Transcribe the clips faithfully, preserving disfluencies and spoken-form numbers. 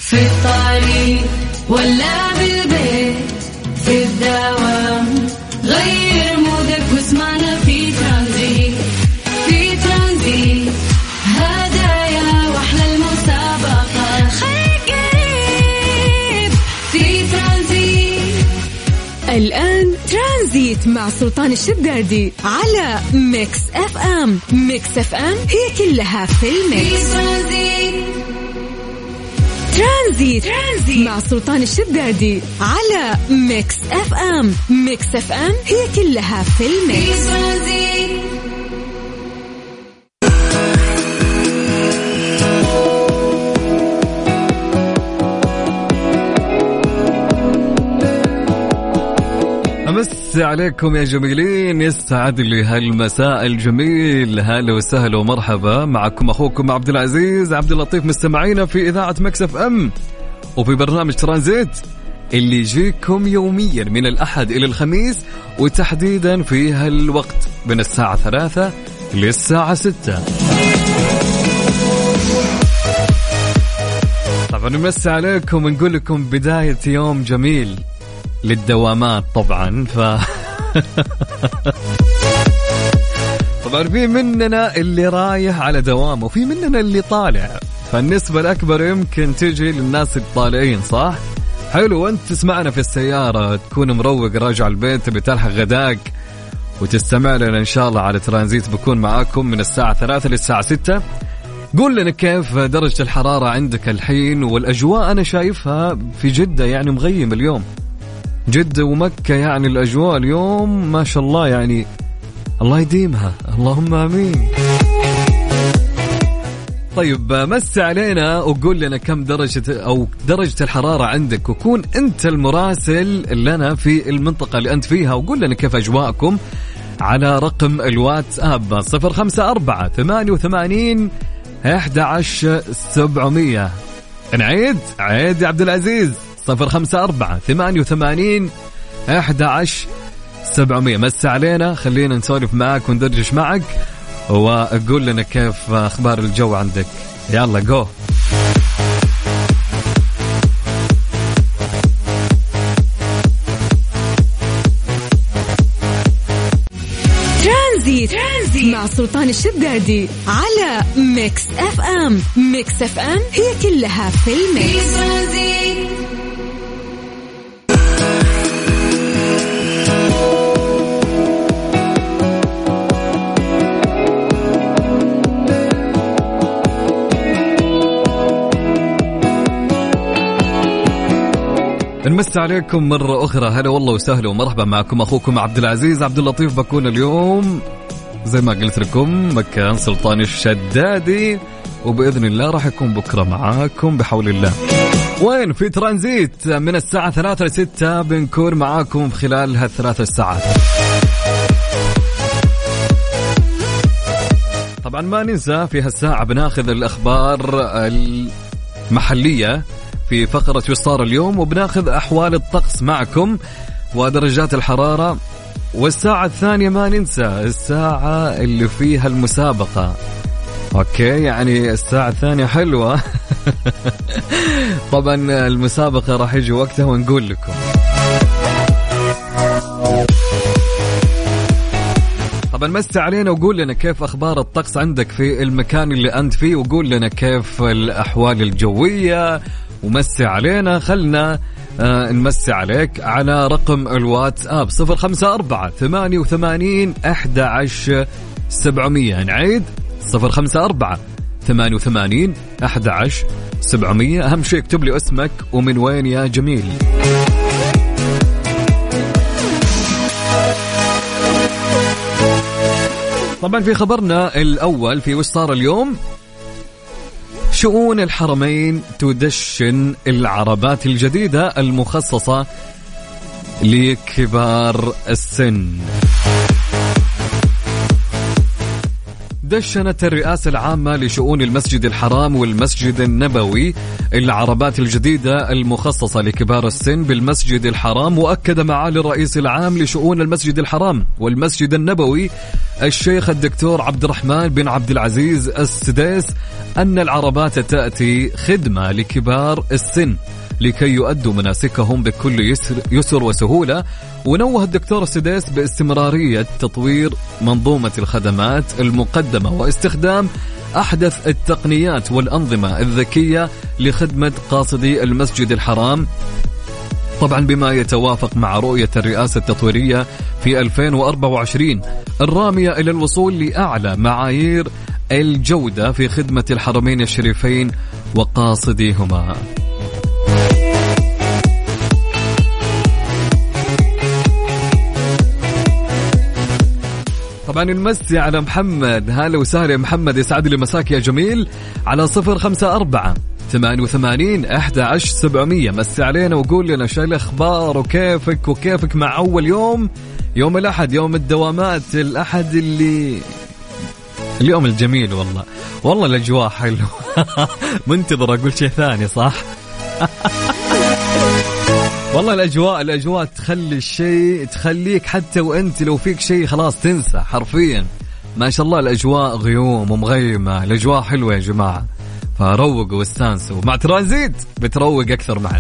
في الطريق ولا بالبيت في الدوام، غير مودك واسمعنا في ترانزيت. في ترانزيت هدايا واحلى المسابقة، خليك قريب في ترانزيت. الآن ترانزيت مع سلطان الشدادي على ميكس اف ام. ميكس اف ام هي كلها في الميكس. ترانزيت. ترانزيت مع سلطان الشدادي على ميكس اف ام. ميكس اف ام هي كلها في الميكس. أمس عليكم يا جميلين، يستعد لي هالمساء الجميل. هلا وسهلا ومرحبا معكم أخوكم عبد العزيز عبد اللطيف، مستمعينا في إذاعة ميكس اف ام وفي برنامج ترانزيت اللي يجيكم يوميا من الأحد إلى الخميس، وتحديدا في هالوقت من الساعة ثلاثة للساعة ستة. طبعا نمسي عليكم ونقول لكم بداية يوم جميل للدوامات طبعا. ف طبعا في مننا اللي رايح على دوام وفي مننا اللي طالع، فالنسبة الأكبر يمكن تجي للناس الطالعين، صح؟ حلو، وانت تسمعنا في السيارة تكون مروق راجع البيت بتلحق غداك وتستمع لنا إن شاء الله على ترانزيت. بكون معاكم من الساعة ثلاثة للساعة ستة. قول لنا كيف درجة الحرارة عندك الحين، والأجواء أنا شايفها في جدة يعني مغيم اليوم. جدة ومكة يعني الأجواء اليوم ما شاء الله، يعني الله يديمها، اللهم آمين. طيب مس علينا وقول لنا كم درجة أو درجة الحرارة عندك، وكون أنت المراسل لنا في المنطقة اللي أنت فيها، وقول لنا كيف أجواءكم على رقم الواتساب صفر خمسة أربعة ثمانية وثمانين أحد عشر سبعمية. نعيد عيد يا عبد العزيز، صفر خمسة أربعة ثمانية وثمانين أحد عشر سبعمية. مس علينا، خلينا نسولف معك وندردش معك، وأقول لنا كيف أخبار الجو عندك. يلا جو. ترانزيت. ترانزيت مع سلطان الشدادي على ميكس اف ام. ميكس اف ام هي كلها في الميكس. نمس عليكم مرة أخرى، هلا والله وسهلا ومرحبا معكم أخوكم عبد العزيز عبد اللطيف. بكون اليوم زي ما قلت لكم مكان سلطان الشدادي، وبإذن الله راح يكون بكرة معاكم بحول الله. وين في ترانزيت من الساعة ثلاثة لستة بنكون معاكم خلال هالثلاث الساعات. طبعا ما ننسى في هالساعة بناخذ الأخبار المحلية في فقرة وصار اليوم، وبناخذ أحوال الطقس معكم ودرجات الحرارة. والساعة الثانية ما ننسى الساعة اللي فيها المسابقة. أوكي، يعني الساعة الثانية حلوة. طبعا المسابقة راح يجي وقتها ونقول لكم. طبعا مس علينا وقول لنا كيف أخبار الطقس عندك في المكان اللي أنت فيه، وقول لنا كيف الأحوال الجوية، ومسي علينا. خلنا آه نمسي عليك على رقم الواتساب صفر خمسة أربعة ثمانية وثمانين أحد عشر سبعمية. نعيد صفر خمسة أربعة ثمانية وثمانين أحد عشر سبعمية. أهم شيء اكتب لي اسمك ومن وين يا جميل. طبعا في خبرنا الأول في وش صار اليوم، شؤون الحرمين تدشن العربات الجديدة المخصصة لكبار السن. دشنت الرئاسة العامة لشؤون المسجد الحرام والمسجد النبوي العربات الجديدة المخصصة لكبار السن بالمسجد الحرام. وأكد معالي الرئيس العام لشؤون المسجد الحرام والمسجد النبوي الشيخ الدكتور عبد الرحمن بن عبد العزيز السديس أن العربات تأتي خدمة لكبار السن لكي يؤدوا مناسكهم بكل يسر, يسر وسهولة. ونوه الدكتور السديس باستمرارية تطوير منظومة الخدمات المقدمة واستخدام أحدث التقنيات والأنظمة الذكية لخدمة قاصدي المسجد الحرام، طبعا بما يتوافق مع رؤية الرئاسة التطويرية في ألفين وأربعة وعشرين الرامية إلى الوصول لأعلى معايير الجودة في خدمة الحرمين الشريفين وقاصديهما. طبعا المسي على محمد، هلا وسهلا يا محمد، يسعد لي مساك يا جميل، على صفر خمسة أربعة ثمانية وثمانين أحد عشر سبعمية. مسي علينا وقول لنا شو الأخبار وكيفك وكيفك مع أول يوم يوم الأحد، يوم الدوامات، الأحد اللي اليوم الجميل. والله والله الأجواء حلوة. منتظر أقول شيء ثاني صح؟ والله الأجواء الأجواء تخلي الشيء، تخليك حتى وأنت لو فيك شيء خلاص تنسى حرفيا. ما شاء الله الأجواء غيوم ومغيمة، الأجواء حلوة يا جماعة، فروقوا واستانسوا. مع ترانزيت بتروق أكثر معنا.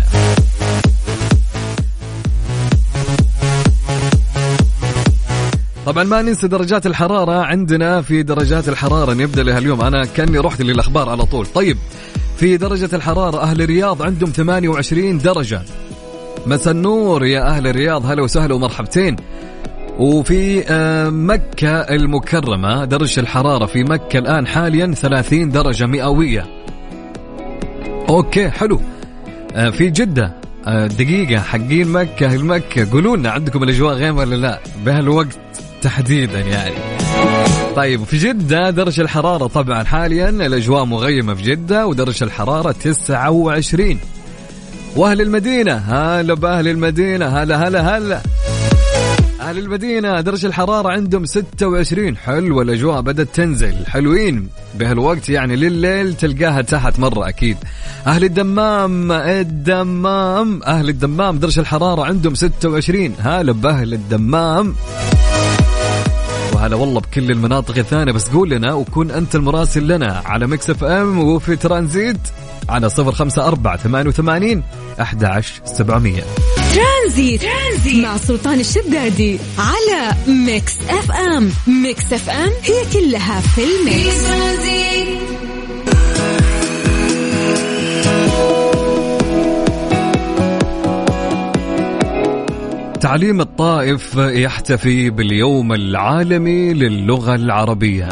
طبعا ما ننسى درجات الحرارة عندنا. في درجات الحرارة نبدأ لها اليوم، أنا كأني رحت للأخبار على طول. طيب في درجة الحرارة أهل الرياض عندهم ثمانية وعشرين درجة. مساء النور يا أهل الرياض، هلا وسهلا ومرحبتين. وفي مكة المكرمة درجة الحرارة في مكة الآن حاليا ثلاثين درجة مئوية. أوكي حلو. في جدة دقيقة حقين مكة أهل مكة، قولوا لنا عندكم الأجواء غيمة ولا لا بهالوقت تحديدا يعني. طيب في جدة درجة الحرارة طبعا حاليا الأجواء مغيمة في جدة ودرجة الحرارة تسعة وعشرين. وأهل المدينة، هلا بأهل المدينة، هلا هلا هلا أهل المدينة درجة الحرارة عندهم ستة وعشرين. حلوة الأجواء بدأت تنزل، حلوين بهالوقت يعني، لليل تلقاها تحت مرة أكيد. أهل الدمام الدمام أهل الدمام درجة الحرارة عندهم ستة وعشرين. هلا بأهل الدمام، وهلا والله بكل المناطق الثانية. بس قول لنا وكون أنت المراسل لنا على ميكس اف ام وفي ترانزيت على صفر خمسة أربعة ثمانية وثمانين أحد عشر سبعمية. ترانزيت. ترانزيت مع سلطان الشدادي على ميكس اف ام. ميكس اف ام هي كلها في الميكس. تعليم الطائف يحتفي باليوم العالمي للغة العربية.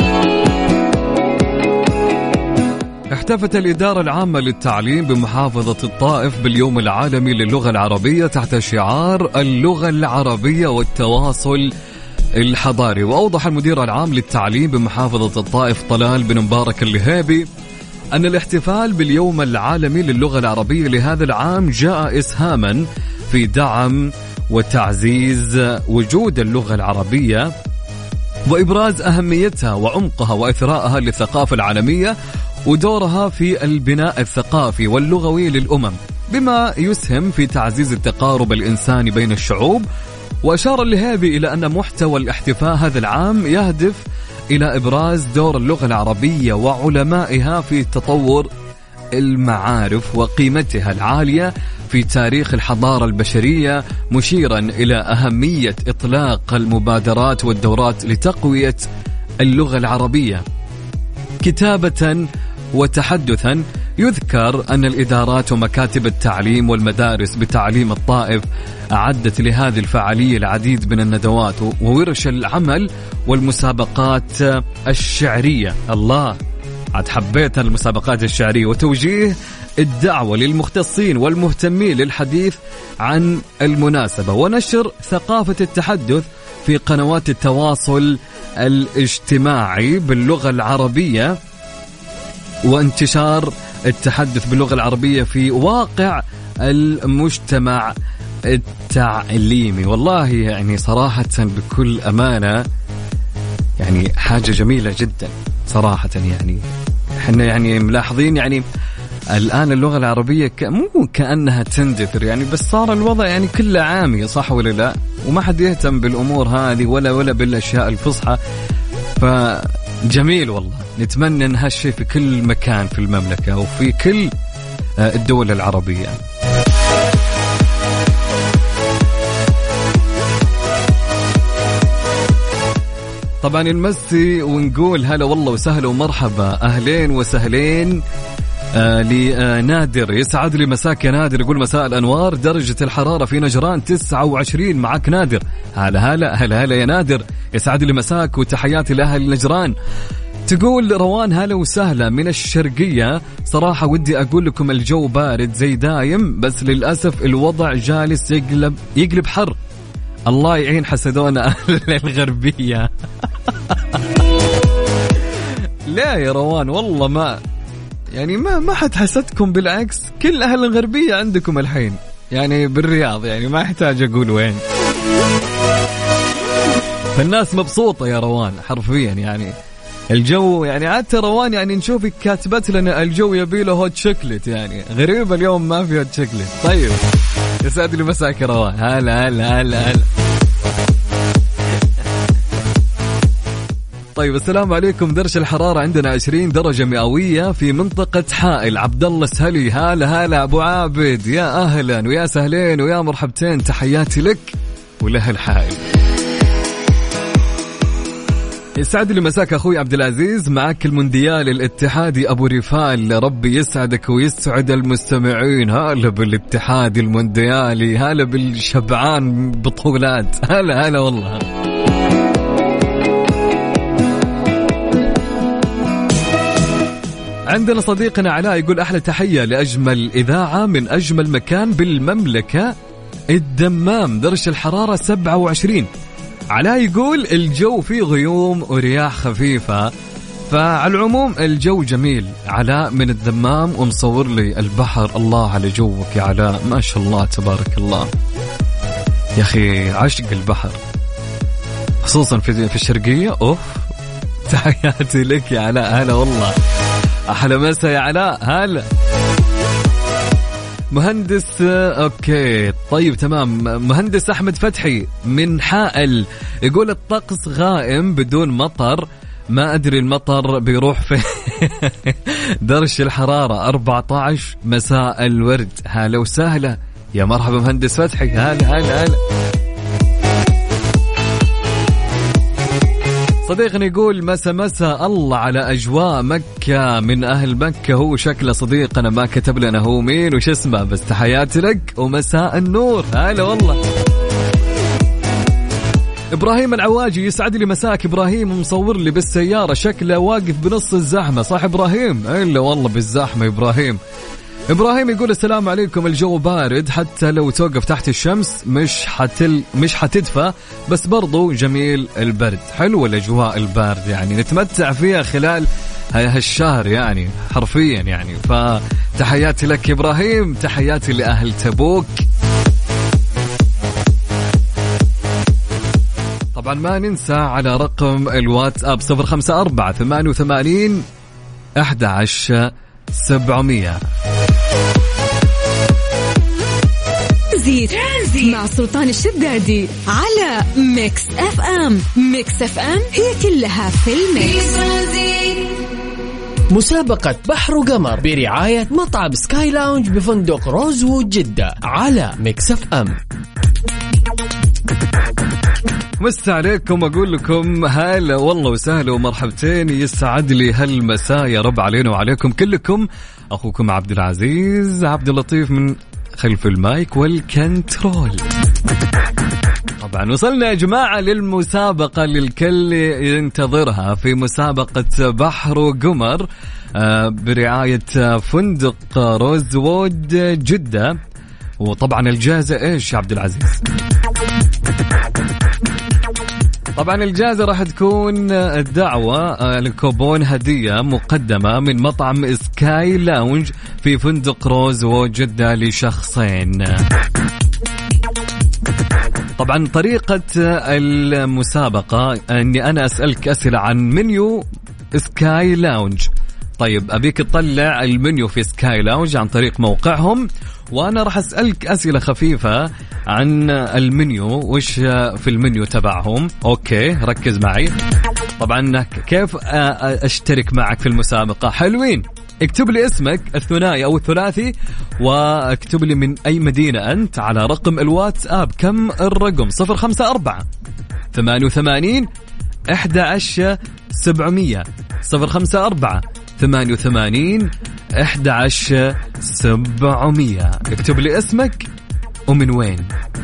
احتفت الإدارة العامة للتعليم بمحافظة الطائف باليوم العالمي للغة العربية تحت شعار اللغة العربية والتواصل الحضاري. وأوضح المدير العام للتعليم بمحافظة الطائف طلال بن مبارك اللهيبي أن الاحتفال باليوم العالمي للغة العربية لهذا العام جاء إسهاما في دعم وتعزيز وجود اللغة العربية وإبراز أهميتها وعمقها وإثراءها للثقافة العالمية ودورها في البناء الثقافي واللغوي للأمم، بما يسهم في تعزيز التقارب الإنساني بين الشعوب. وأشار اللهيبي إلى أن محتوى الاحتفاء هذا العام يهدف إلى إبراز دور اللغة العربية وعلمائها في تطور المعارف وقيمتها العالية في تاريخ الحضارة البشرية، مشيرا إلى أهمية إطلاق المبادرات والدورات لتقوية اللغة العربية كتابة وتحدثا. يذكر أن الإدارات ومكاتب التعليم والمدارس بتعليم الطائف أعدت لهذه الفعالية العديد من الندوات وورش العمل والمسابقات الشعرية. الله، عاد حبيت المسابقات الشعرية، وتوجيه الدعوة للمختصين والمهتمين للحديث عن المناسبة ونشر ثقافة التحدث في قنوات التواصل الاجتماعي باللغة العربية، وانتشار التحدث باللغة العربية في واقع المجتمع التعليمي. والله يعني صراحة بكل أمانة يعني حاجة جميلة جدا صراحة. يعني احنا يعني ملاحظين يعني الآن اللغة العربية ك... مو كأنها تندثر يعني، بس صار الوضع يعني كله عامي، صح ولا لا؟ وما حد يهتم بالأمور هذه ولا ولا بالأشياء الفصحى. فجميل والله، نتمنى أن هالشيء في كل مكان في المملكة وفي كل الدول العربية. طبعا نمسي ونقول هلا والله وسهلا ومرحبا، أهلين وسهلين آه لنادر. يسعد لي مساك يا نادر، يقول مساء الأنوار، درجة الحرارة في نجران تسعة وعشرين. معك نادر، هلا هلا هلا هلا يا نادر، يسعد لي مساك وتحياتي لأهل نجران. تقول روان هلا وسهلا من الشرقية، صراحة ودي أقول لكم الجو بارد زي دايم، بس للأسف الوضع جالس يقلب يقلب حر. الله يعين حسدونا أهل الغربية. لا يا روان والله ما يعني ما ما حد حسدكم، بالعكس كل أهل الغربية عندكم الحين يعني بالرياض، يعني ما يحتاج أقول وين. فالناس مبسوطة يا روان حرفيا، يعني الجو يعني حتى روان يعني نشوفك كاتبت لنا الجو يبي له هوت شوكليت، يعني غريب اليوم ما في هوت شوكليت. طيب يسعد لي مساك يا روان، هلا هلا هلا هلا. طيب السلام عليكم، درجة الحرارة عندنا عشرين درجة مئوية في منطقة حائل. عبد الله السهلي، هلا هلا أبو عابد، يا أهلا ويا سهلين ويا مرحبتين، تحياتي لك ولأهل حائل. يسعد لي مساك أخوي عبد العزيز، معك المونديال الاتحادي أبو رفال، ربي يسعدك ويسعد المستمعين. هلا بالاتحاد المونديالي، هلا بالشبعان بطولات، هلا هلا والله. عندنا صديقنا علاء يقول أحلى تحية لأجمل إذاعة من أجمل مكان بالمملكة، الدمام، درجة الحرارة سبعة وعشرين. علاء يقول الجو فيه غيوم ورياح خفيفة، فعلى العموم الجو جميل. علاء من الدمام ومصور لي البحر. الله على جوك يا علاء، ما شاء الله تبارك الله يا أخي، عشق البحر خصوصا في في الشرقية. أوف، تحياتي لك يا علاء، هلا والله، أحلى مسا يا علاء، هلا. مهندس أوكي طيب تمام، مهندس أحمد فتحي من حائل يقول الطقس غائم بدون مطر، ما أدري المطر بيروح في. درجة الحرارة أربعة عشر، مساء الورد، هلا وسهلا يا مرحبا مهندس فتحي، هلا هلا هلا. صديقنا يقول مسا مسا الله على أجواء مكة، من أهل مكة هو شكله صديقنا، ما كتب لنا هو مين وش اسمه، بس تحياتي لك ومساء النور، هلا والله. إبراهيم العواجي، يسعد لي مساك إبراهيم، ومصور لي بالسيارة شكله واقف بنص الزحمة، صح إبراهيم؟ إلا والله بالزحمة إبراهيم. إبراهيم يقول السلام عليكم، الجو بارد حتى لو توقف تحت الشمس مش حتل مش حتدفى، بس برضو جميل البرد، حلو الأجواء البارد يعني نتمتع فيها خلال هالشهر يعني حرفيا يعني. فتحياتي لك إبراهيم، تحياتي لأهل تبوك. طبعا ما ننسى على رقم الواتساب صفر خمسة أربعة ثمانية وثمانين أحد عشر سبعمية. ترانزيت مع سلطان الشدادي على ميكس اف ام. ميكس اف ام هي كلها في الميكس. مسابقة بحر وقمر برعاية مطعم سكاي لاونج بفندق روزوود جدة على ميكس اف ام. مسا عليكم، أقول لكم هلا والله وسهلا ومرحبتين، يسعد لي هالمساء يا رب علينا وعليكم كلكم. أخوكم عبد العزيز عبد اللطيف من خلف المايك والكنترول. طبعا وصلنا يا جماعة للمسابقة اللي الكل ينتظرها، في مسابقة بحر وقمر برعاية فندق روزوود جدة. وطبعا الجائزة إيش يا عبد العزيز؟ طبعا الجائزة راح تكون الدعوة لكوبون هدية مقدمة من مطعم سكاي لاونج في فندق روزوود جدة لشخصين. طبعا طريقة المسابقة أني أنا أسألك أسئلة عن منيو سكاي لاونج، طيب أبيك تطلع المنيو في سكاي لاونج عن طريق موقعهم، وأنا راح أسألك أسئلة خفيفة عن المنيو، وش في المنيو تبعهم. أوكي ركز معي. طبعا كيف أشترك معك في المسابقة؟ حلوين، اكتب لي اسمك الثنائي أو الثلاثي، واكتب لي من أي مدينة أنت على رقم الواتس آب. كم الرقم؟ صفر خمسة أربعة ثمانية وثمانين أحد عشر سبعمية. صفر خمسة أربعة ثمانية وثمانين أحد عشر سبعمية. اكتب لي اسمك ومن وين.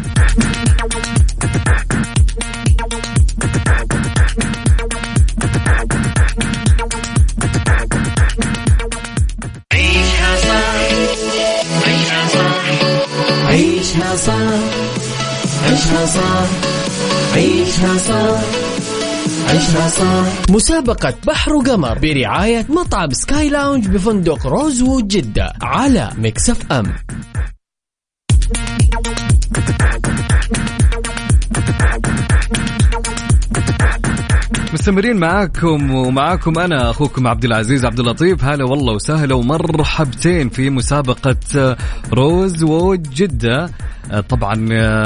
عيشها صح عيشها صح عيشها صح عيشها صح عيشها صح عيشها صح. مسابقة بحر وقمر برعاية مطعم سكاي لاونج بفندق روزوود جدة على ميكس اف ام. مستمرين معاكم ومعاكم أنا أخوكم عبد العزيز عبد اللطيف. هلا والله وسهلا ومرحبتين في مسابقة روز وود جدة. طبعا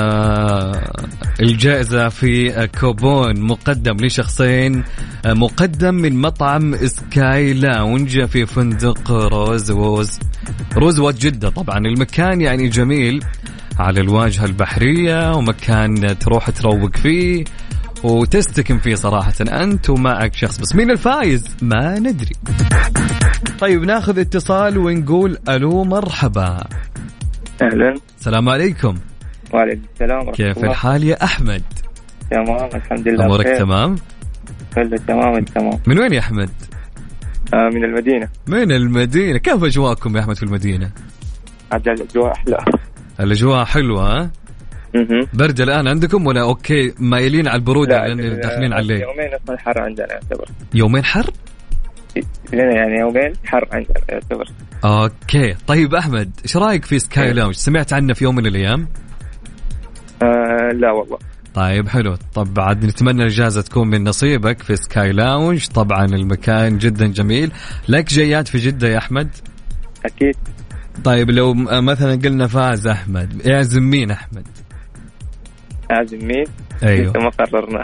الجائزة في كوبون مقدم لشخصين، مقدم من مطعم سكاي لاونج في فندق روز ووز روز وود جدة. طبعا المكان يعني جميل على الواجهة البحرية، ومكان تروح تروق فيه وتستكن فيه صراحة أنت ومعك شخص. بس مين الفايز ما ندري. طيب ناخذ اتصال ونقول ألو مرحبا. أهلا. السلام عليكم. وعليكم السلام. كيف الحال يا أحمد؟ تمام الحمد لله. أمورك تمام؟ كله تمام تمام. من وين يا أحمد؟ آه من المدينة. من المدينة. كيف أجواءكم يا أحمد في المدينة؟ عاد الأجواء أحلى. الأجواء حلوة ها؟ برد الآن عندكم ولا أوكي مايلين على البرودة لأن داخلين على الليل؟ يومين أصلا حر عندنا يعتبر. يومين حر؟ لنا يعني يومين حر عندنا يعتبر. أوكي طيب أحمد إيش رأيك في سكاي لاونج؟ سمعت عنه في يوم من الأيام؟ آه لا والله. طيب حلو. طب بعد نتمنى الإجازة تكون من نصيبك في سكاي لاونج. طبعا المكان جدا جميل. لك جيات في جدة يا أحمد؟ أكيد. طيب لو مثلا قلنا فاز أحمد، يعزم مين أحمد؟ أعزم مين؟ أيوه لسه ما قررنا.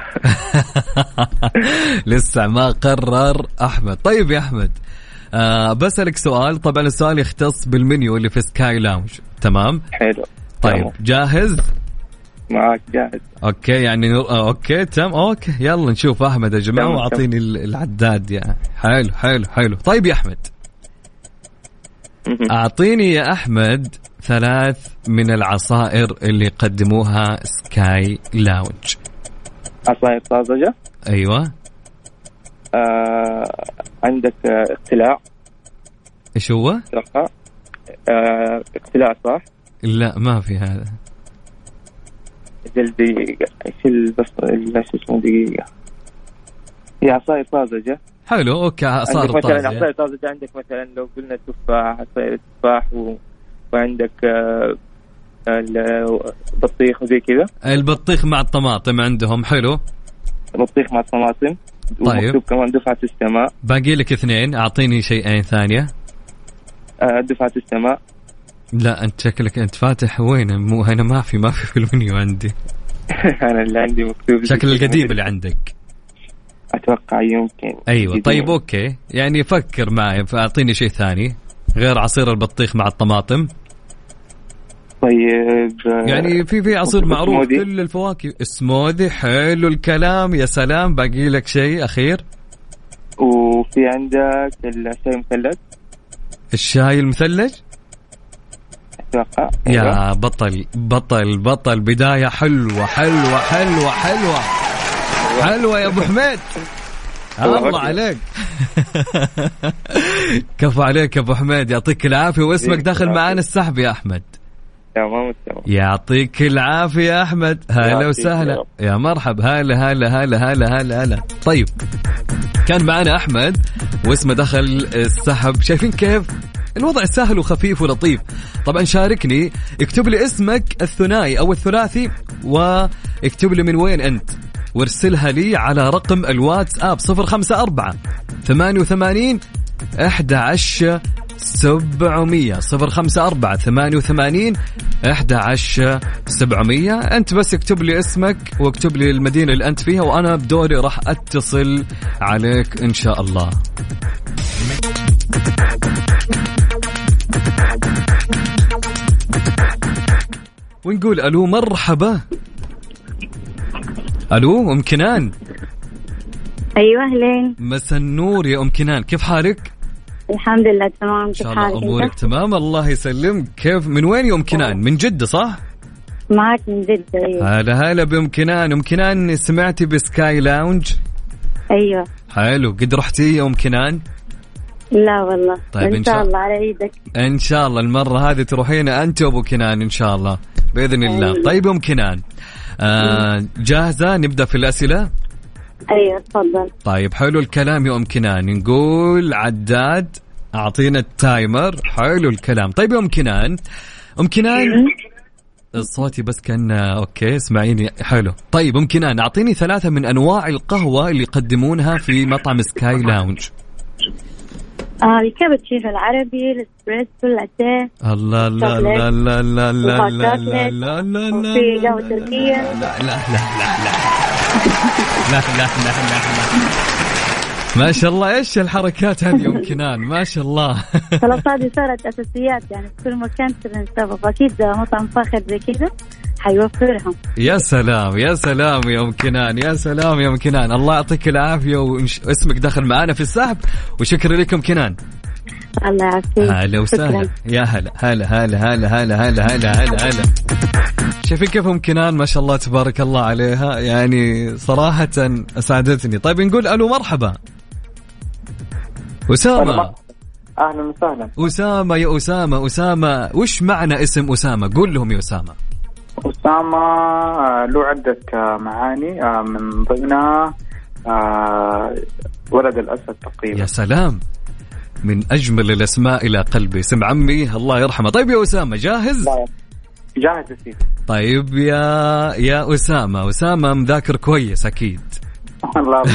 لسه ما قرر أحمد. طيب يا أحمد آه بسألك سؤال. طبعا السؤال يختص بالمنيو اللي في سكاي لاونج. تمام حلو. طيب تمام. جاهز؟ معك جاهز. أوكي يعني نر... أوكي تمام. أوكي يلا نشوف أحمد يا جماعة وأعطيني العداد يعني. حلو حلو حلو. طيب يا أحمد أعطيني يا أحمد ثلاث من العصائر اللي يقدموها سكاي لاونج. عصائر طازجة. أيوة. آه عندك آه اقتلاع. إيش هو؟ آه اقتلاع صح؟ لا ما في هذا. دقيقة إيش البس إيش اسمه دقيقة. هي عصائر طازجة. حلو أوكي عصائر طازجة. مثلا طازجة. عصائر طازجة عندك مثلا لو قلنا تفاح عصائر تفاح و... وعندك آه البطيخ وزي كذا. البطيخ مع الطماطم عندهم. حلو. البطيخ مع الطماطم. طيب. ومكتوب كمان دفعة السماء. باقي لك اثنين. أعطيني شيئين ثانية. آه دفعة السماء. لا أنت شكلك أنت فاتح وين؟ مو هنا ما في ما في في المنيو عندي. أنا اللي عندي مكتوب شكل القديم اللي عندك. أتوقع يمكن. أيوة طيب أوكي يعني فكر معي فأعطيني شيء ثاني غير عصير البطيخ مع الطماطم. طيب يعني في في عصير معروف كل الفواكه. سموذي. حلو الكلام يا سلام. باقي لك شيء أخير. وفي عندك الشاي المثلج. الشاي المثلج أتوقع. يا بطل بطل بطل. بداية حلوة حلوة حلوة حلوة حلوة يا أبو حميد. الله عليك. كفو عليك يا أبو حميد. يعطيك العافية واسمك داخل معانا السحب يا أحمد. تمام تمام. يعطيك العافية يا أحمد. هلا وسهلا يا مرحب. هلا هلا هلا هلا هلا هلا. طيب كان معنا أحمد واسمه دخل السحب. شايفين كيف الوضع سهل وخفيف ولطيف؟ طبعا شاركني. اكتب لي اسمك الثنائي أو الثلاثي واكتب لي من وين أنت وارسلها لي على رقم الواتس آب صفر خمسة أربعة ثمانية وثمانين أحد عشر سبعمية صفر خمسة أربعة ثمانية وثمانين أحد عشر سبعمية. أنت بس اكتب لي اسمك واكتب لي المدينة اللي أنت فيها وأنا بدوري راح أتصل عليك إن شاء الله. ونقول ألو مرحبا. ألو أم كنان. أيوة أهلين. مساء النور يا أم كنان، كيف حالك؟ الحمد لله تمام. إن شاء الله أمورك تمام الله يسلمك. كيف من وين يا أم كنان؟ من جدة صح؟ معك من جدة. أيوة. هلا هلا بأم كنان. أم كنان سمعتي بسكاي لاونج؟ أيوة. حلو، قد رحتي يا أم كنان؟ لا والله. طيب إن شاء الله على عيدك. إن شاء الله المرة هذه تروحين أنت وأبو كنان إن شاء الله بإذن الله. أيوة. طيب يا أم كنان آه جاهزة نبدأ في الأسئلة؟ أيوة تفضل. طيب حلو الكلام يا أم كنان. نقول عداد أعطينا التايمر. حلو الكلام. طيب يا أم كنان أم كنان صوتي بس كان أوكي اسمعيني حلو. طيب أم كنان أعطيني ثلاثة من أنواع القهوة اللي يقدمونها في مطعم سكاي لاونج. آه الكابتشينو العربي، الاسبريسو، اللاتيه. الله لا لا لا لا لا لا لا لا لا وفي قهوة تركية. لا لا لا لا لا لا لا لا لا ما شاء الله. ايش الحركات هذه ام كنان ما شاء الله. خلاص هذه صارت اساسيات يعني في كل مكان تنستضاف. اكيد مطعم فاخر زي كذا حيوفرهم. يا سلام يا سلام يا ام كنان يا سلام يا ام كنان. الله يعطيك العافيه واسمك دخل معنا في السحب وشكرا لكم كنان. الله يعافيك. هلا وسهلا يا هلا هلا هلا هلا هلا هلا هلا هلا هلا. شايفين كيف ام كنان ما شاء الله تبارك الله عليها يعني صراحه اسعدتني. طيب نقول الو مرحبا. أسامة. أهلا وسهلا. أسامة يا أسامة. أسامة وش معنى اسم أسامة؟ قول لهم يا أسامة. أسامة له عدة معاني من ضمنها ولد الأسد تقريبا. يا سلام من أجمل الأسماء إلى قلبي اسم عمي الله يرحمه. طيب يا أسامة جاهز؟ جاهز يا سيدي. طيب يا يا أسامة. أسامة مذاكر كويس أكيد. الله.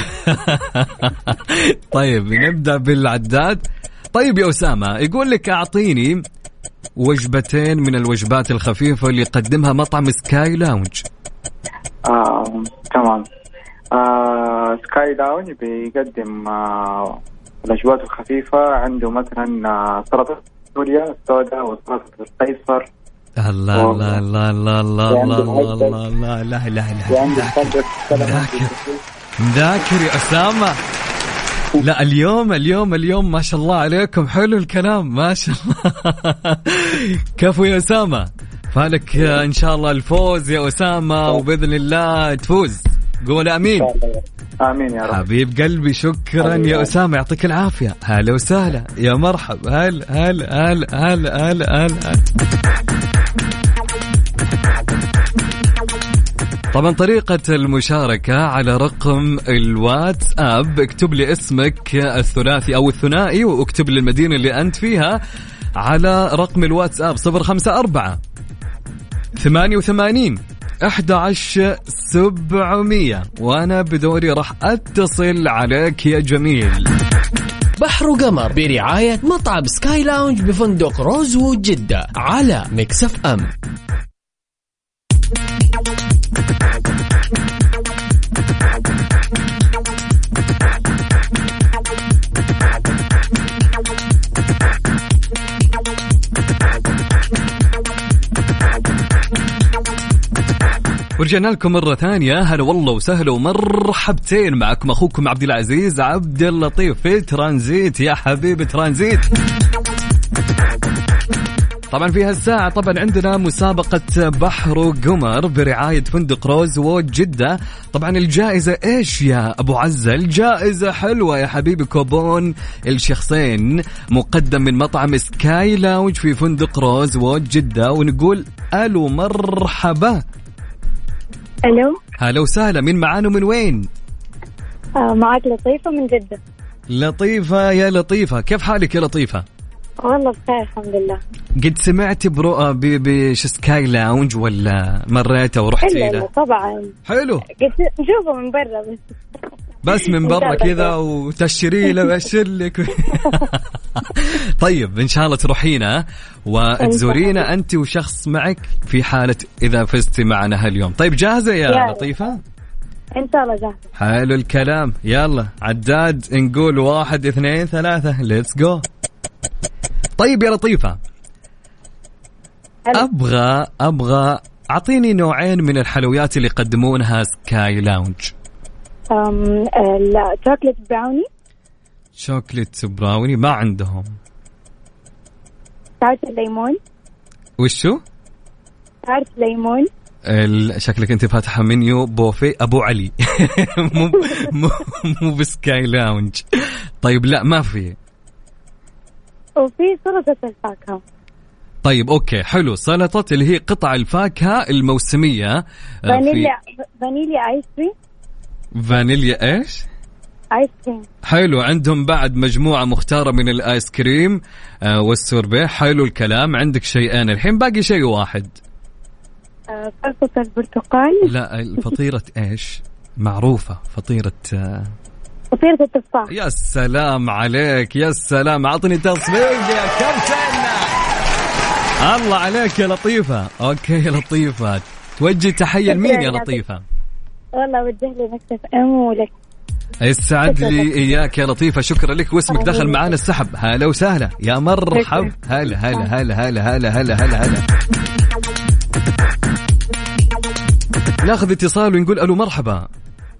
طيب نبدأ بالعداد. طيب يا أسامة يقول لك أعطيني وجبتين من الوجبات الخفيفة اللي يقدمها مطعم سكاي لاونج. آه، تمام. آه، سكاي لاونج بيقدم آه، الوجبات الخفيفة. عنده مثلا آه، سلطة سوريا السوداء وسلطة القيصر. الله الله الله الله الله الله الله الله لا لا لا مذاكر يا أسامة. لا اليوم اليوم اليوم ما شاء الله عليكم حلو الكلام ما شاء الله. كفو يا أسامة. فالك إن شاء الله الفوز يا أسامة وبإذن الله تفوز. قول آمين. آمين يا رب. حبيب قلبي شكرا يا أسامة يعطيك العافية. هلا وسهلا يا مرحب. هل هل هل هل هل هل طبعا طريقة المشاركة على رقم الواتساب اكتب لي اسمك الثلاثي أو الثنائي واكتب لي المدينة اللي أنت فيها على رقم الواتساب صفر خمسة أربعة ثمانية وثمانين أحد عشر سبعمية وأنا بدوري راح أتصل عليك يا جميل. بحر وقمر برعاية مطعم سكاي لاونج بفندق روزوود جدة على ميكس اف ام. ورجعنا لكم مرة ثانية. هلا والله وسهلا ومرحبتين معكم أخوكم عبد العزيز عبد اللطيف في ترانزيت. يا حبيبي ترانزيت. طبعا في هالساعة طبعا عندنا مسابقة بحر وقمر برعاية فندق روزوود جدة. طبعا الجائزة ايش يا ابو عزة؟ الجائزة حلوة يا حبيبي، كوبون الشخصين مقدم من مطعم سكاي لاونج في فندق روزوود جدة. ونقول الو مرحبا. الو هلا وسهلا. من معانا من وين؟ آه معك لطيفة من جدة. لطيفة يا لطيفة كيف حالك يا لطيفة؟ والله بخير الحمد لله. قد سمعت برؤى بش سكاي لاونج ولا مريت ورحت له؟ طبعا حلو. قد نشوفه من برا بس بس من برا كذا وتشري له بشر لك. طيب إن شاء الله تروحينا وتزورينا أنت وشخص معك في حالة إذا فزتي معنا هاليوم. طيب جاهزة يا يا لطيفة؟ إن شاء الله جاهزة. حلو الكلام. يلا عداد نقول واحد اثنين ثلاثة ليتس جو. طيب يا لطيفة أبغى أبغى أعطيني نوعين من الحلويات اللي يقدمونها سكاي لاونج. أم لا شوكليت براوني. شوكليت براوني ما عندهم. تارت الليمون. وشو؟ تارت ليمون. شكلك أنت فاتحة منيو بوفي أبو علي. مو مو مو بسكاي لاونج. طيب لا ما في. وفي سلطة الفاكهة. طيب أوكي حلو. سلطة اللي هي قطع الفاكهة الموسمية. فانيليا فانيليا آيس كريم. فانيليا إيش؟ آيس كريم. حلو. عندهم بعد مجموعة مختارة من الآيس كريم آه والسوربيه. حلو الكلام. عندك شيئين الحين باقي شيء واحد. آه سلطة البرتقال. لا الفطيرة إيش معروفة فطيرة آه فطيرة التفاح. يا سلام عليك يا سلام. عطني تصفيق يا كابتن. الله عليك يا لطيفة. أوكي يا لطيفة توجه تحية لمين يا لطيفة؟ والله وجه لي مكتب أم ولك. يسعد لي إياك يا لطيفة. شكرا لك. واسمك دخل معانا السحب. هلا وسهلا يا مرحب. هلا هلا هلا هلا هلا هلا هلا هلا. ناخذ اتصال ونقول ألو مرحبا.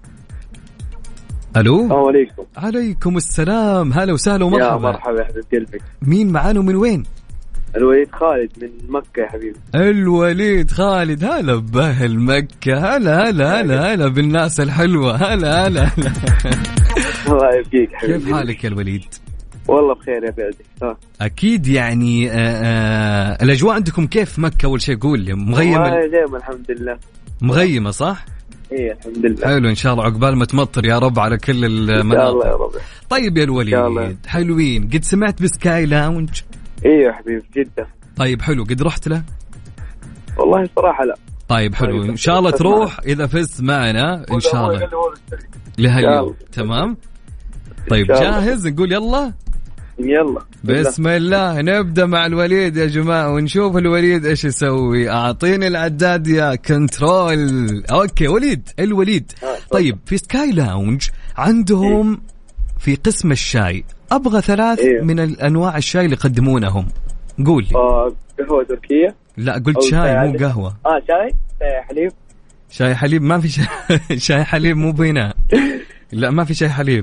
ألو. السلام عليكم. عليكم السلام. هلا وسهلا ومرحبا. يا مرحبا يا حبيب قلبك. مين معانا ومن وين؟ الوليد خالد من مكة يا حبيبي. الوليد خالد. هلا بأهل مكة. هلا هلا هلا هلا بالناس الحلوة. هلا هلا هلا. الله يبقيك حبيبي. كيف حالك يا الوليد؟ والله بخير يا بعدي. أكيد يعني آآ آآ الأجواء عندكم كيف مكة؟ أول شيء قول لي. مغيمة؟ والله الحمد لله. مغيمة صح؟ إيه الحمد لله. حلو إن شاء الله عقبال ما تمطر يا رب على كل المناطق. إن شاء الله يا رب. طيب يا الوليد حلوين. قد سمعت بسكاي لاونج؟ إيه يا حبيبي جدا. طيب حلو. قد رحت له؟ والله صراحة لا. طيب حلو إن شاء الله تروح إذا فزت معنا إن شاء الله لهاليوم. تمام. طيب جاهز نقول يلا يلا بسم الله. نبدأ مع الوليد يا جماعة ونشوف الوليد إيش يسوي. أعطيني العداد يا كنترول. أوكي وليد. الوليد طيب في سكاي لاونج عندهم في قسم الشاي أبغى ثلاث إيه؟ من الأنواع الشاي اللي يقدمونهم. قول لي. آه قهوة تركية. لا قلت شاي مو قهوة. آه شاي شاي حليب. شاي حليب ما في شاي. شاي حليب مو بينا. لا ما في شاي حليب.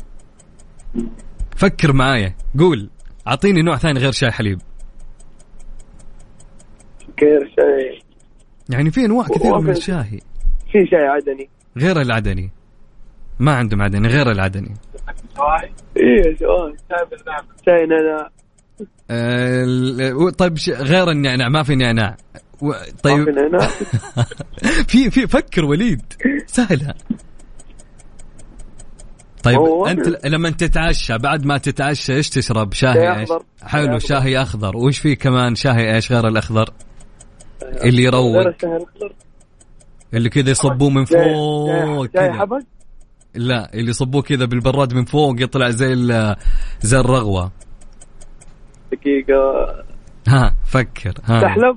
فكر معايا. قول أعطيني نوع ثاني غير شاي حليب. غير شاي يعني في أنواع كثيرة من الشاي. في شاي عدني غير العدني. ما عندهم عدني غير العدني. إيه شاي شاي نعناع. أه طيب غير النعناع ما في نعناع. طيب في في فكر وليد سهلة. طيب أنت لما تتعشى بعد ما تتعشى إيش تشرب؟ شاهي إيش؟ حلو شاهي أخضر. وإيش في كمان شاهي إيش غير الأخضر اللي يروق اللي كذا يصبوه من فوق كذا؟ لا اللي يصبوه كذا بالبراد من فوق يطلع زي زي الرغوة. دقيقة. ها فكر. ها تحلب.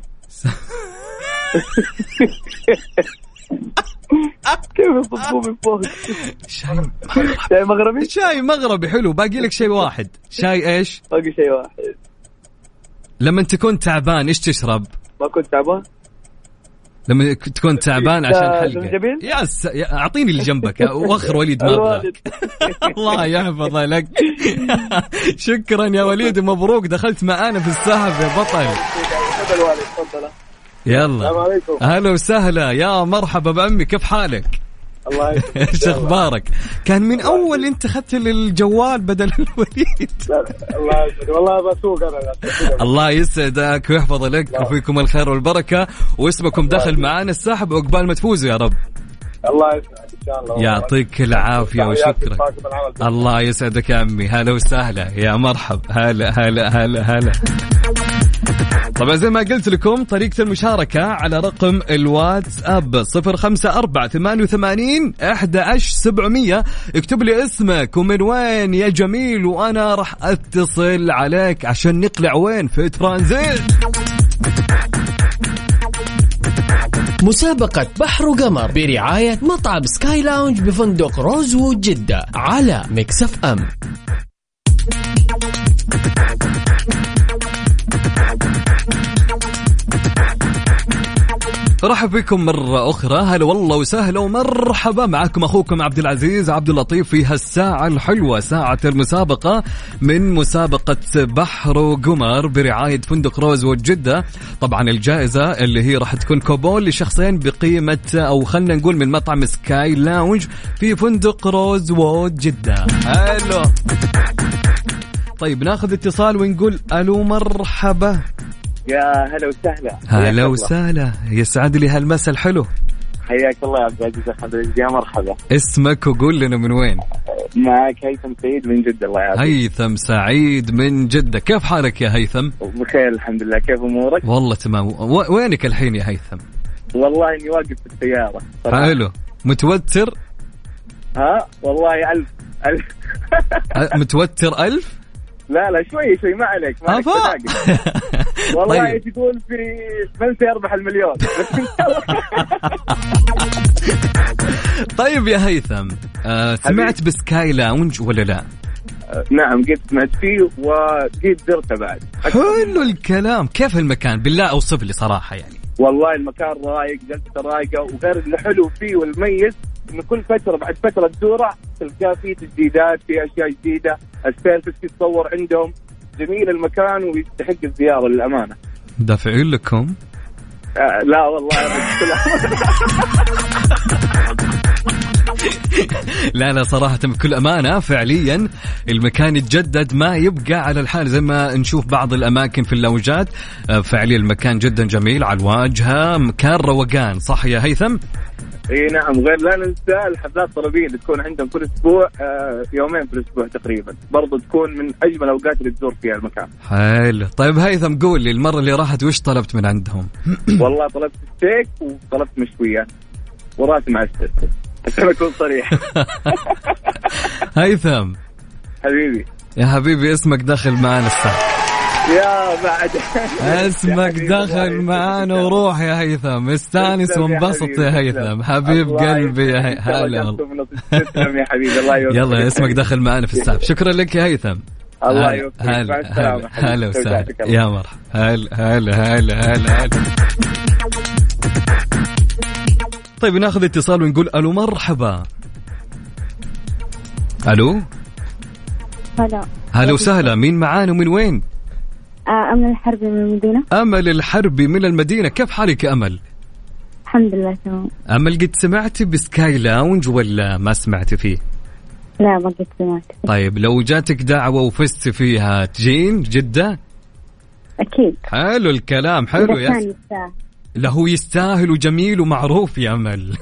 كيف يصبوه من فوق؟ شاي شاي مغربي. شاي مغربي حلو. باقي لك شيء واحد. شاي إيش؟ باقي شيء واحد. لما تكون تعبان إيش تشرب؟ ما كنت تعبان. لما تكون تعبان عشان حلقة. زنجبيل. يا س... أعطيني اللي جنبك وأخر وليد ما أبغاك. الله يحفظ لك. شكرا يا وليد ومبروك دخلت معانا في السحب يا بطل. يلا هلا وسهلا يا مرحبا بعمي. كيف حالك؟ الله يسعدك. ايش اخبارك؟ كان من اول انت اخذت الجوال بدل الوليد. الله يسعدك والله بسوق انا. الله يسعدك ويحفظ لك وفيكم الخير والبركه واسمكم دخل معانا السحب وقبال ما تفوزوا يا رب. الله يسعدك ان شاء الله. يعطيك العافيه وشكرا. الله يسعدك يا عمي. هلا وسهلا يا مرحب. هلا هلا هلا هلا. طبعا زي ما قلت لكم طريقة المشاركة على رقم الواتس اب صفر خمسة أربعة ثمانية وثمانين أحد عشر سبعمية. اكتب لي اسمك ومن وين يا جميل وانا راح اتصل عليك عشان نقلع وين في ترانزيت. مسابقة بحر وقمر برعاية مطعم سكاي لاونج بفندق روزوود جدة على ميكس اف ام. رحب بكم مرة أخرى. هلا والله وسهلا ومرحبا معكم أخوكم عبد العزيز عبد اللطيف في هالساعة الحلوة، ساعة المسابقة من مسابقة بحر وقمر برعاية فندق روزوود جدة. طبعا الجائزة اللي هي راح تكون كوبون لشخصين بقيمة أو خلنا نقول من مطعم سكاي لاونج في فندق روزوود جدة. هلا طيب ناخذ اتصال ونقول ألو مرحبا. يا هلا وسهلا. هلا وسهلا، يسعد لي هالمساء الحلو. حياك الله يا عبد العزيز الحمد. يا مرحبا. اسمك وقول لنا من وين؟ معك هيثم سعيد من جدة. الله يعافيك. هيثم سعيد من جدة، كيف حالك يا هيثم؟ بخير الحمد لله، كيف أمورك؟ والله تمام. و... وينك الحين يا هيثم؟ والله إني واقف في السيارة صراحة. حلو. متوتر؟ ها والله ألف ألف. متوتر ألف؟ لا لا شوي شوي ما عليك ما عليك والله طيب. تقول في من سيربح المليون. طيب يا هيثم آه سمعت بسكاي لاونج ولا لا؟ آه نعم قد سمعت فيه وقد زرته بعد. حلو الكلام. كيف المكان بالله أوصف لي صراحة يعني؟ والله المكان رايق، جلسة رايقة، وغير اللي حلو فيه والميز إنه كل فترة بعد فترة تدوره تلقى فيه تجديدات، فيه أشياء جديدة، السيرفس يتصور عندهم. جميل المكان ويستحق الزيارة للأمانة. دافعين لكم؟ آه لا والله. لا لا صراحة بكل أمانة فعليا المكان يتجدد، ما يبقى على الحال زي ما نشوف بعض الأماكن في اللوجات. فعليا المكان جدا جميل على الواجهة، مكان روقان. صح يا هيثم؟ اي نعم. غير لا ننسى الحفلات الطلبية اللي تكون عندهم كل اسبوع، آه يومين في الاسبوع تقريبا، برضو تكون من اجمل الاوقات اللي تزور فيها المكان. حلو. طيب هيثم قول لي المرة اللي راحت وش طلبت من عندهم؟ والله طلبت ستيك وطلبت مشويات وراسي مع الستيك عشان اكون صريح. هيثم حبيبي يا حبيبي اسمك دخل معانا الساعة. يا بعد اسمك دخل معانا وروح يا هيثم، استانس وانبسط يا هيثم حبيب قلبي يا هي... هلا والله. تسلم يا حبيبي. الله يوفقك. يلا اسمك دخل معانا في السحب. شكرا لك يا هيثم. الله يوفقك. هلا هلا وسهلا يا مرحبا. هلا هلا هلا هلا. طيب ناخذ اتصال ونقول الو مرحبا. الو هلا هلا وسهلا. مين معانا ومن وين؟ أمل الحربي من المدينة. أمل الحربي من المدينة، كيف حالك يا أمل؟ الحمد لله تمام. أمل قد سمعتي بسكاي لاونج ولا ما سمعتي فيه؟ لا ما قد سمعت. طيب لو جاتك دعوة وفزت فيها تجين جدة؟ أكيد. حلو الكلام. حلو يا يستاهل. لا هو يستاهل وجميل ومعروف يا أمل.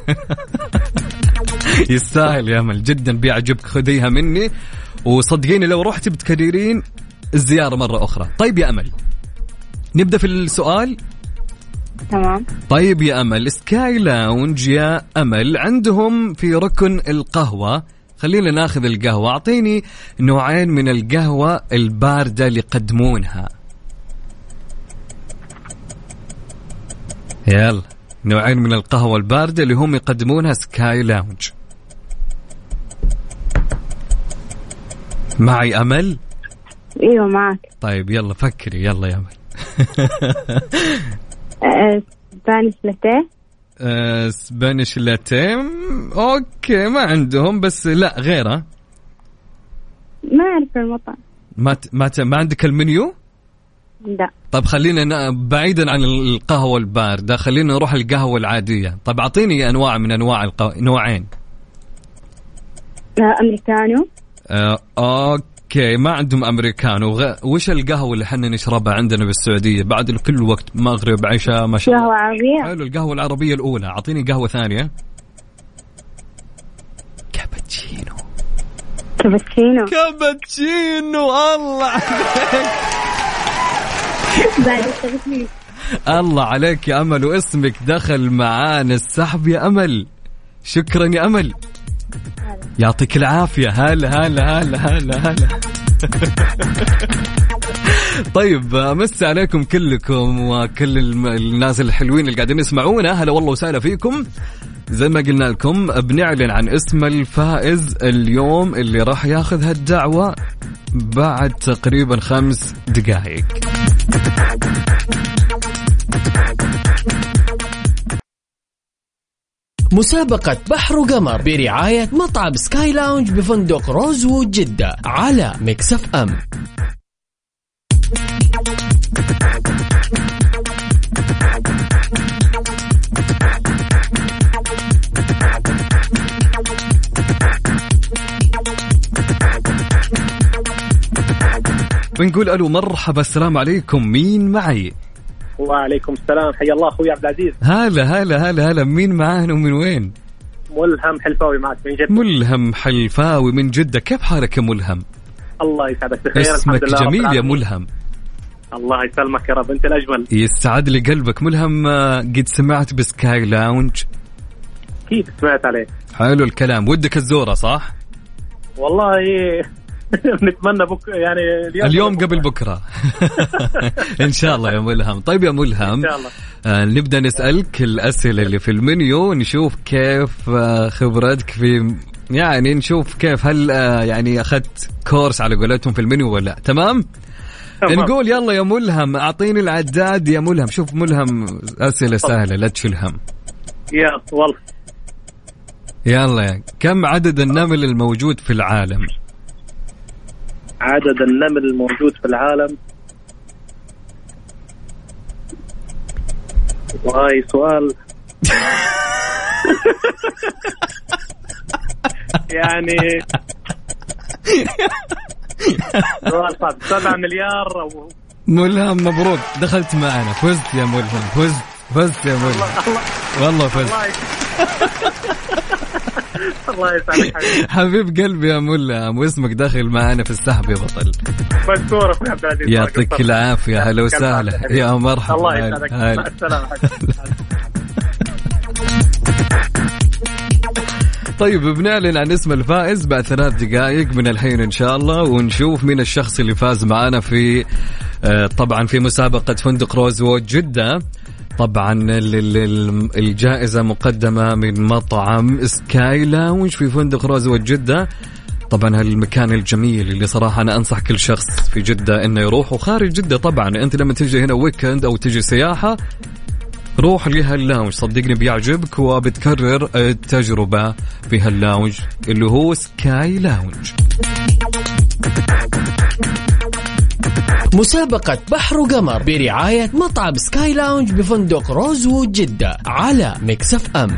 يستاهل يا أمل جدا، بيعجبك خذيها مني وصدقيني لو رحتي بتكررين الزيارة مرة أخرى. طيب يا أمل نبدأ في السؤال. تمام. طيب يا أمل سكاي لاونج يا أمل عندهم في ركن القهوة، خلينا ناخذ القهوة، أعطيني نوعين من القهوة الباردة اللي يقدمونها. يلا نوعين من القهوة الباردة اللي هم يقدمونها سكاي لاونج. معي أمل؟ ايوه معك. طيب يلا فكري يلا يا أمل. سبانيش لاتيه. سبانيش لاتيه اوكي ما عندهم، بس لا غيره ما أعرف المطعم. ما ت... ما ت... ما عندك المنيو؟ لا. طب خلينا بعيدا عن القهوة الباردة خلينا نروح القهوة العادية. طب أعطيني أنواع من أنواع القهوة. نوعين. أمريكانو. آه، أوكي ما عندهم أمريكانو. غ... وش القهوة اللي حنا نشربها عندنا بالسعودية بعد كل وقت مغرب عشاء ما شاء الله؟ قهوة عربية. حلو القهوة العربية الأولى. أعطيني قهوة ثانية. كابتشينو. كابتشينو. كابتشينو الله عليك. بعد التغفيل. الله عليك يا أمل، واسمك دخل معانا السحب يا أمل. شكرا يا أمل، يعطيك العافية. هلا هلا هلا هلا هلا. طيب أمسي عليكم كلكم وكل الناس الحلوين اللي قاعدين يسمعونا. هلا والله وسهلا فيكم. زي ما قلنا لكم بنعلن عن اسم الفائز اليوم اللي راح ياخذ هالدعوة بعد تقريبا خمس دقائق. مسابقة بحر وقمر برعاية مطعم سكاي لاونج بفندق روزوود جدة على ميكس اف ام. بنقول ألو مرحبا، السلام عليكم، مين معي؟ وعليكم السلام، حيا الله أخوي عبد العزيز. هلا هلا هلا هلا، مين معانا ومن وين؟ ملهم حلفاوي معك من جدة. ملهم حلفاوي من جدة، كيف حالك يا ملهم؟ الله يسعدك بخير. اسمك جميل يا ملهم. الله يسلمك يا رب، أنت الأجمل. يسعد لي قلبك. ملهم قد سمعت بسكاي لاونج؟ كيف سمعت عليه؟ حلو الكلام، ودك الزورة صح؟ والله نتمنى بك يعني اليوم, اليوم قبل بكرة. إن شاء الله يا ملهم. طيب يا ملهم، إن شاء الله. آه نبدأ نسألك الأسئلة اللي في المنيو، نشوف كيف آه خبرتك في، يعني نشوف كيف هل آه يعني أخذت كورس على قولتهم في المنيو ولا. تمام؟ تمام. نقول يلا يا ملهم أعطيني العداد يا ملهم. شوف ملهم أسئلة سهلة لا تشيل هم. يا والله يلا يا. كم عدد النمل الموجود في العالم؟ عدد النمل الموجود في العالم، وهاي سؤال يعني سؤال صعب. سبعة مليار أو... ملهم مبروك، دخلت معنا، فزت يا ملهم، فزت فزت يا ملهم. والله فزت. الله يسعدك حبيبي. حبيب قلبي يا ملهم، واسمك داخل معنا في السحب يا بطل. مشكور اخوي عبد العزيز، يعطيك العافيه. هلا وسهلا يا مرحبا. الله يسعدك، مع السلامه. طيب بنعلن عن اسم الفائز بعد ثلاث دقائق من الحين إن شاء الله، ونشوف مين الشخص اللي فاز معنا في طبعا في مسابقة فندق روزوود جدة. طبعا الجائزة مقدمة من مطعم سكاي لاونج في فندق روزوود جدة. طبعا هالمكان الجميل اللي صراحة أنا أنصح كل شخص في جدة إنه يروح، وخارج جدة طبعا أنت لما تيجي هنا ويكند أو تيجي سياحة روح لهاللاونج، صدقني بيعجبك وبتكرر التجربة في هاللاونج اللي هو سكاي لاونج. مسابقة بحر وقمر برعاية مطعم سكاي لاونج بفندق روزوود جدة على ميكس اف ام.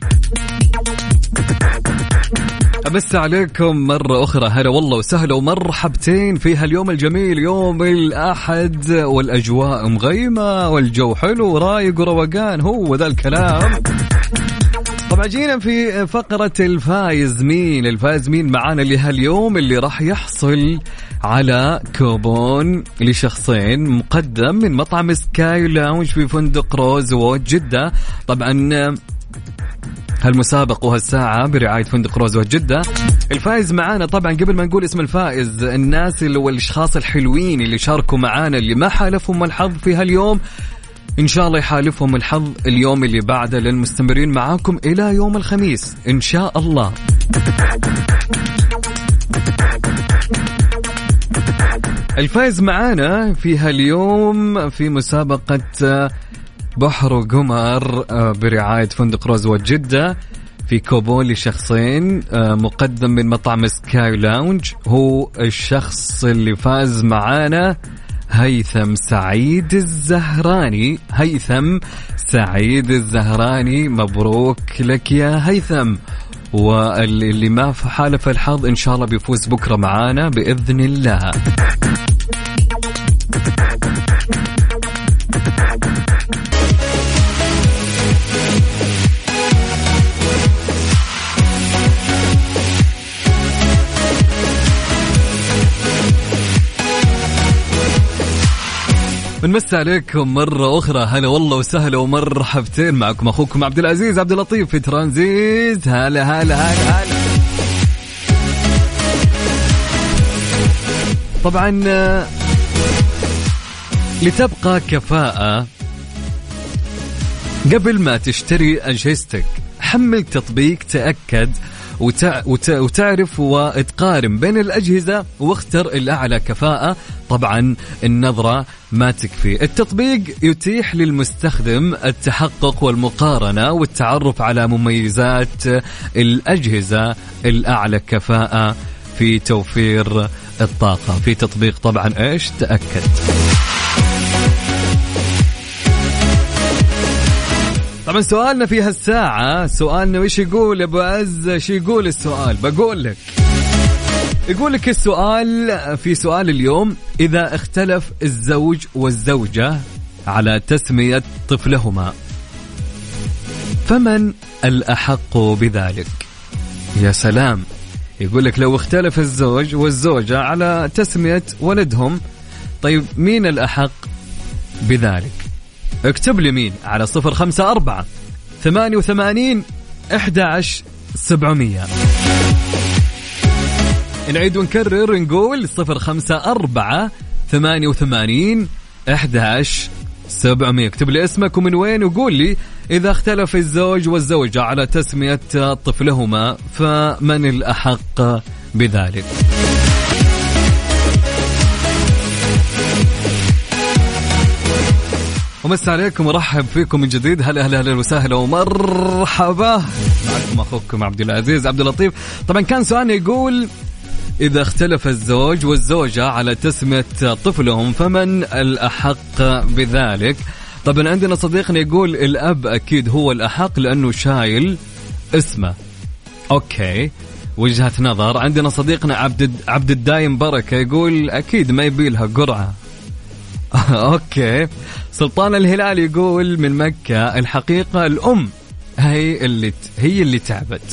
أمس عليكم مرة أخرى، هلا والله وسهلا ومرحبتين في هاليوم الجميل، يوم الأحد، والأجواء مغيمة والجو حلو ورايق وروقان، هو ذا الكلام. طبعا جينا في فقرة الفائز مين. الفائز مين معانا اللي هاليوم اللي راح يحصل على كوبون لشخصين مقدم من مطعم سكاي لاونج في فندق روزوود جدة. طبعا هالمسابقة وهالساعة برعاية فندق روزوود جدة. الفائز معانا طبعا قبل ما نقول اسم الفائز، الناس اللي والاشخاص الحلوين اللي شاركوا معانا اللي ما حالفهم الحظ في هاليوم إن شاء الله يحالفهم الحظ اليوم اللي بعده، لأن مستمرين معاكم إلى يوم الخميس إن شاء الله. الفائز معانا في هاليوم في مسابقة بحر وقمر برعاية فندق روزوود جدة في كوبون لشخصين مقدم من مطعم سكاي لاونج. هو الشخص اللي فاز معانا هيثم سعيد الزهراني. هيثم سعيد الزهراني، مبروك لك يا هيثم. واللي ما حالف الحظ إن شاء الله بيفوز بكرة معانا بإذن الله. ونمسي عليكم مرة أخرى، هلا والله وسهلا ومرحبتين، معكم أخوكم عبد العزيز عبد اللطيف في ترانزيت. هلا هلا هلا هلا. طبعا لتبقى كفاءة قبل ما تشتري أجهزتك حمل تطبيق تأكد وتع... وت... وتعرف وتقارن بين الأجهزة واختر الأعلى كفاءة. طبعا النظرة ما تكفي، التطبيق يتيح للمستخدم التحقق والمقارنة والتعرف على مميزات الأجهزة الأعلى كفاءة في توفير الطاقة في تطبيق طبعا إيش تأكد. طبعا سؤالنا في هالساعة، سؤالنا وش يقول يا أبو عز؟ شو يقول السؤال؟ بقول لك، يقول لك السؤال في سؤال اليوم: إذا اختلف الزوج والزوجة على تسمية طفلهما فمن الأحق بذلك؟ يا سلام، يقول لك لو اختلف الزوج والزوجة على تسمية ولدهم، طيب مين الأحق بذلك؟ اكتب لي مين على صفر خمسة أربعة ثمانية وثمانين أحد عشر سبعمية. نعيد ونكرر نقول صفر خمسة أربعة ثمانية وثمانين أحد عشر سبعمية. اكتب لي اسمك ومن وين، وقول لي إذا اختلف الزوج والزوجة على تسمية طفلهما فمن الأحق بذلك؟ ومس عليكم ورحب فيكم من جديد. هلا هلا هلا وسهلا ومرحبا، معكم أخوكم عبد العزيز عبد اللطيف. طبعا كان سؤالنا يقول: إذا اختلف الزوج والزوجة على تسمية طفلهم فمن الأحق بذلك؟ طبعا عندنا صديقنا يقول الأب أكيد هو الأحق لأنه شايل اسمه. أوكي، وجهة نظر. عندنا صديقنا عبد عبد الدايم بركة يقول أكيد ما يبيلها قرعة. أوكي. سلطان الهلال يقول من مكة الحقيقة الأم هي اللي هي اللي تعبت.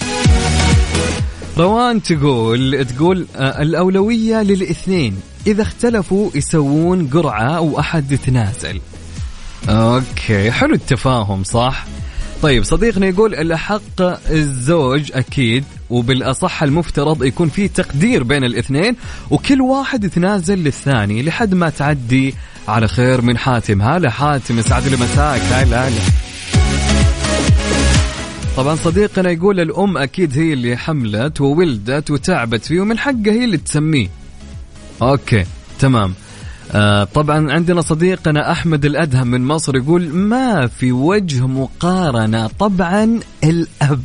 روان تقول تقول الأولوية للاثنين، إذا اختلفوا يسوون قرعة وأحد يتنازل. أوكي، حلو التفاهم، صح. طيب صديقنا يقول الأحق الزوج أكيد، وبالأصح المفترض يكون في تقدير بين الاثنين وكل واحد يتنازل للثاني لحد ما تعدي على خير. من حاتم. هلا حاتم، يسعد لي مساك. هلا هلا. طبعا صديقنا يقول الأم أكيد هي اللي حملت وولدت وتعبت فيه ومن حقها هي اللي تسميه. أوكي تمام. آه طبعا عندنا صديقنا أحمد الأدهم من مصر يقول ما في وجه مقارنة، طبعا الأب.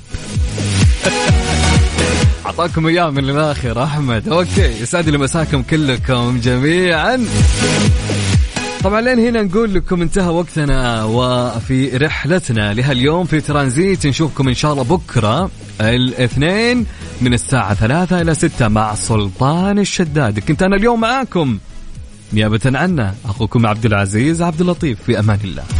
أعطاكم إياه من الآخر أحمد. أوكي، يسعد لي مساكم كلكم جميعا. طبعا لين هنا نقول لكم انتهى وقتنا وفي رحلتنا لهاليوم في ترانزيت. نشوفكم إن شاء الله بكرة الاثنين من الساعة ثلاثة إلى ستة مع سلطان الشداد. كنت أنا اليوم معاكم نيابة عنا أخوكم عبد العزيز عبد اللطيف. في أمان الله.